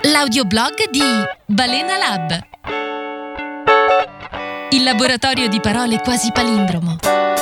L'audioblog di Balena Lab. Il laboratorio di parole quasi palindromo.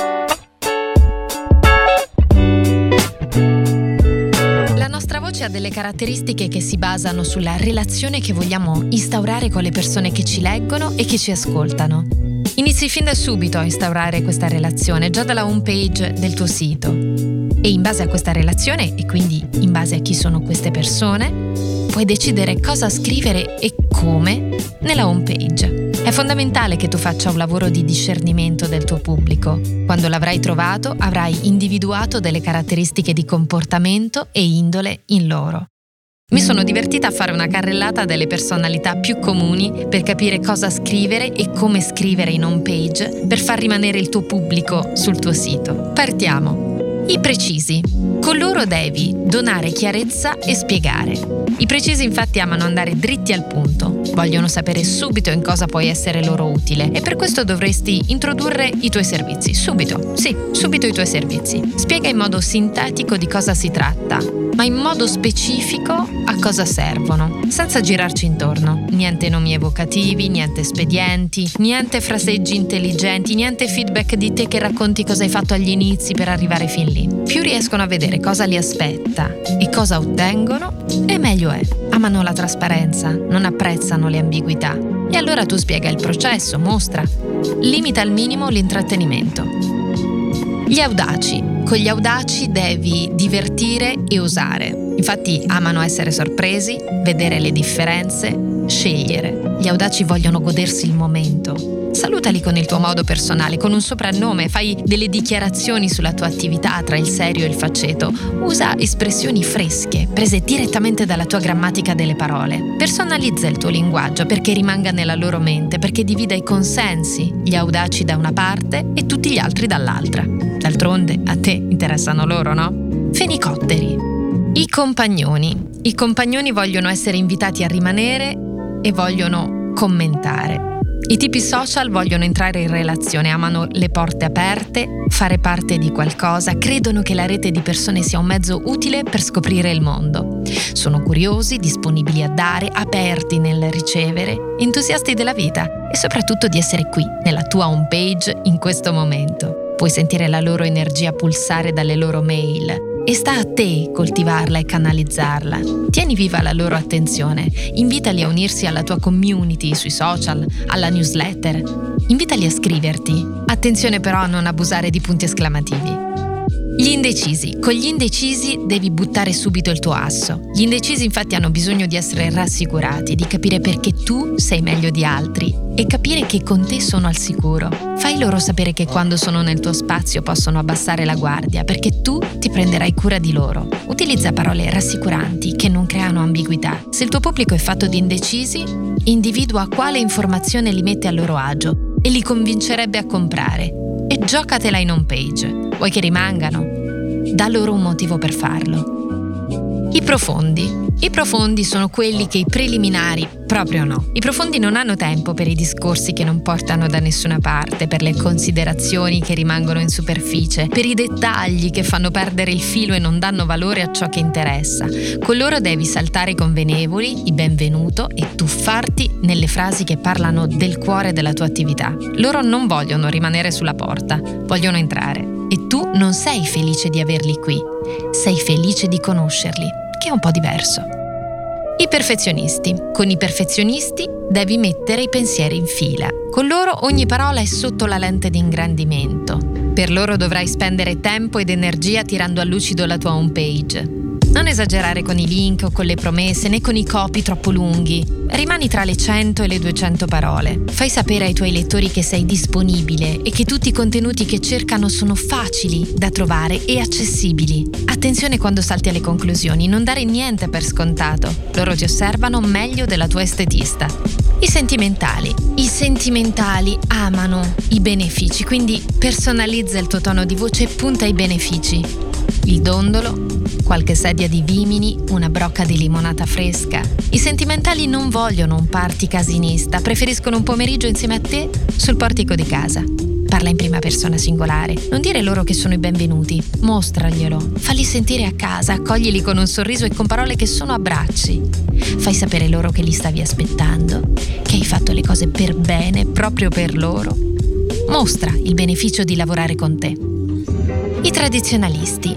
La nostra voce ha delle caratteristiche che si basano sulla relazione che vogliamo instaurare con le persone che ci leggono e che ci ascoltano. Inizi fin da subito a instaurare questa relazione, già dalla homepage del tuo sito. E in base a questa relazione, e quindi in base a chi sono queste persone, puoi decidere cosa scrivere e come nella homepage. È fondamentale che tu faccia un lavoro di discernimento del tuo pubblico. Quando l'avrai trovato, avrai individuato delle caratteristiche di comportamento e indole in loro. Mi sono divertita a fare una carrellata delle personalità più comuni per capire cosa scrivere e come scrivere in homepage per far rimanere il tuo pubblico sul tuo sito. Partiamo! I precisi. Con loro devi donare chiarezza e spiegare. I precisi infatti amano andare dritti al punto, vogliono sapere subito in cosa puoi essere loro utile e per questo dovresti introdurre i tuoi servizi. Subito i tuoi servizi. Spiega in modo sintetico di cosa si tratta, ma in modo specifico a cosa servono, senza girarci intorno. Niente nomi evocativi, niente espedienti, niente fraseggi intelligenti, niente feedback di te che racconti cosa hai fatto agli inizi per arrivare fin lì. Più riescono a vedere cosa li aspetta e cosa ottengono, e meglio è. Amano la trasparenza, non apprezzano le ambiguità. E allora tu spiega il processo, mostra. Limita al minimo l'intrattenimento. Gli audaci. Con gli audaci devi divertire e osare. Infatti amano essere sorpresi, vedere le differenze, scegliere. Gli audaci vogliono godersi il momento. Salutali con il tuo modo personale, con un soprannome, fai delle dichiarazioni sulla tua attività tra il serio e il faceto. Usa espressioni fresche, prese direttamente dalla tua grammatica delle parole. Personalizza il tuo linguaggio perché rimanga nella loro mente, perché divida i consensi, gli audaci da una parte e tutti gli altri dall'altra. D'altronde, a te interessano loro, no? Fenicotteri. I compagnoni. I compagnoni vogliono essere invitati a rimanere e vogliono commentare. I tipi social vogliono entrare in relazione, amano le porte aperte, fare parte di qualcosa, credono che la rete di persone sia un mezzo utile per scoprire il mondo. Sono curiosi, disponibili a dare, aperti nel ricevere, entusiasti della vita e soprattutto di essere qui, nella tua homepage, in questo momento. Puoi sentire la loro energia pulsare dalle loro mail. E sta a te coltivarla e canalizzarla. Tieni viva la loro attenzione, invitali a unirsi alla tua community sui social, alla newsletter. Invitali a scriverti. Attenzione però a non abusare di punti esclamativi. Gli indecisi. Con gli indecisi devi buttare subito il tuo asso. Gli indecisi infatti hanno bisogno di essere rassicurati, di capire perché tu sei meglio di altri e capire che con te sono al sicuro. Fai loro sapere che quando sono nel tuo spazio possono abbassare la guardia perché tu ti prenderai cura di loro. Utilizza parole rassicuranti che non creano ambiguità. Se il tuo pubblico è fatto di indecisi, individua quale informazione li mette a loro agio e li convincerebbe a comprare. E giocatela in homepage. Vuoi che rimangano? Da loro un motivo per farlo. I profondi. I profondi sono quelli che i preliminari proprio no. I profondi non hanno tempo per i discorsi che non portano da nessuna parte, per le considerazioni che rimangono in superficie, per i dettagli che fanno perdere il filo e non danno valore a ciò che interessa. Con loro devi saltare i convenevoli, i benvenuto e tuffarti nelle frasi che parlano del cuore della tua attività. Loro non vogliono rimanere sulla porta, vogliono entrare. E tu non sei felice di averli qui, sei felice di conoscerli, che è un po' diverso. I perfezionisti. Con i perfezionisti devi mettere i pensieri in fila. Con loro ogni parola è sotto la lente di ingrandimento. Per loro dovrai spendere tempo ed energia tirando a lucido la tua homepage. Non esagerare con i link o con le promesse né con i copy troppo lunghi. Rimani tra le 100 e le 200 parole. Fai sapere ai tuoi lettori che sei disponibile e che tutti i contenuti che cercano sono facili da trovare e accessibili. Attenzione quando salti alle conclusioni, non dare niente per scontato. Loro ti osservano meglio della tua estetista. I sentimentali. I sentimentali amano i benefici, quindi personalizza il tuo tono di voce e punta ai benefici. Il dondolo, qualche sedia di vimini, una brocca di limonata fresca. I sentimentali non vogliono un party casinista, preferiscono un pomeriggio insieme a te sul portico di casa. Parla in prima persona singolare. Non dire loro che sono i benvenuti. Mostraglielo. Falli sentire a casa, accoglili con un sorriso e con parole che sono abbracci. Fai sapere loro che li stavi aspettando, che hai fatto le cose per bene, proprio per loro. Mostra il beneficio di lavorare con te. I tradizionalisti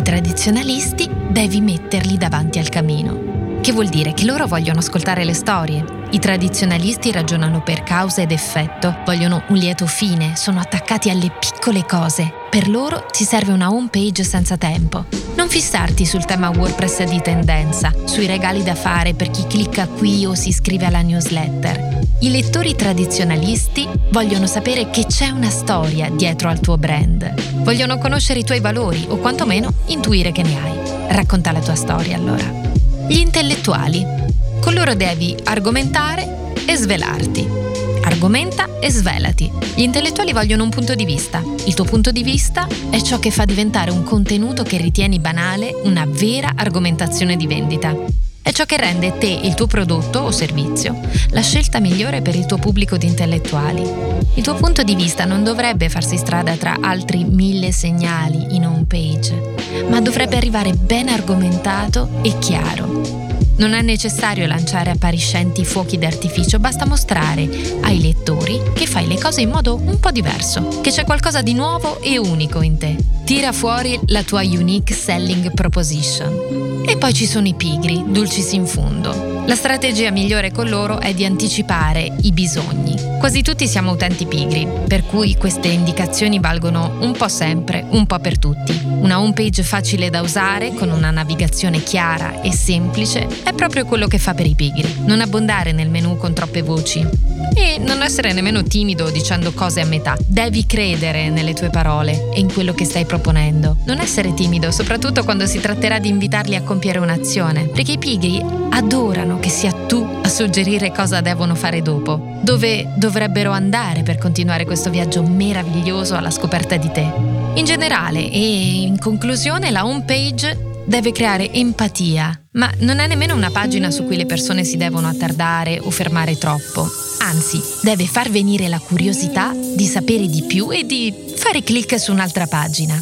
devi metterli davanti al camino. Che vuol dire che loro vogliono ascoltare le storie. I tradizionalisti ragionano per causa ed effetto, vogliono un lieto fine, sono attaccati alle piccole cose. Per loro ti serve una home page senza tempo. Non fissarti sul tema WordPress di tendenza, sui regali da fare per chi clicca qui o si iscrive alla newsletter. I lettori tradizionalisti vogliono sapere che c'è una storia dietro al tuo brand. Vogliono conoscere i tuoi valori o quantomeno intuire che ne hai. Racconta la tua storia allora. Gli intellettuali. Con loro devi argomentare e svelarti. Argomenta e svelati. Gli intellettuali vogliono un punto di vista. Il tuo punto di vista è ciò che fa diventare un contenuto che ritieni banale una vera argomentazione di vendita. È ciò che rende te, il tuo prodotto o servizio, la scelta migliore per il tuo pubblico di intellettuali. Il tuo punto di vista non dovrebbe farsi strada tra altri 1000 segnali in home page, ma dovrebbe arrivare ben argomentato e chiaro. Non è necessario lanciare appariscenti fuochi d'artificio, basta mostrare ai lettori che fai le cose in modo un po' diverso, che c'è qualcosa di nuovo e unico in te. Tira fuori la tua unique selling proposition. E poi ci sono i pigri, dulcis in fundo. La strategia migliore con loro è di anticipare i bisogni. Quasi tutti siamo utenti pigri, per cui queste indicazioni valgono un po' sempre, un po' per tutti. Una homepage facile da usare, con una navigazione chiara e semplice, è proprio quello che fa per i pigri. Non abbondare nel menu con troppe voci. E non essere nemmeno timido dicendo cose a metà. Devi credere nelle tue parole e in quello che stai proponendo. Non essere timido, soprattutto quando si tratterà di invitarli a compiere un'azione, perché i pigri adorano che sia tu a suggerire cosa devono fare dopo, dove dovrebbero andare per continuare questo viaggio meraviglioso alla scoperta di te. In generale e in conclusione, la home page deve creare empatia, ma non è nemmeno una pagina su cui le persone si devono attardare o fermare troppo. Anzi, deve far venire la curiosità di sapere di più e di fare clic su un'altra pagina.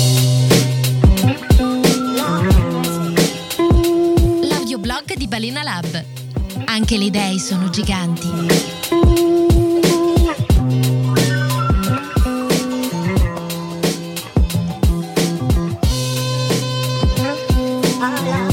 L'audioblog di Balena Lab. Anche le idee sono giganti.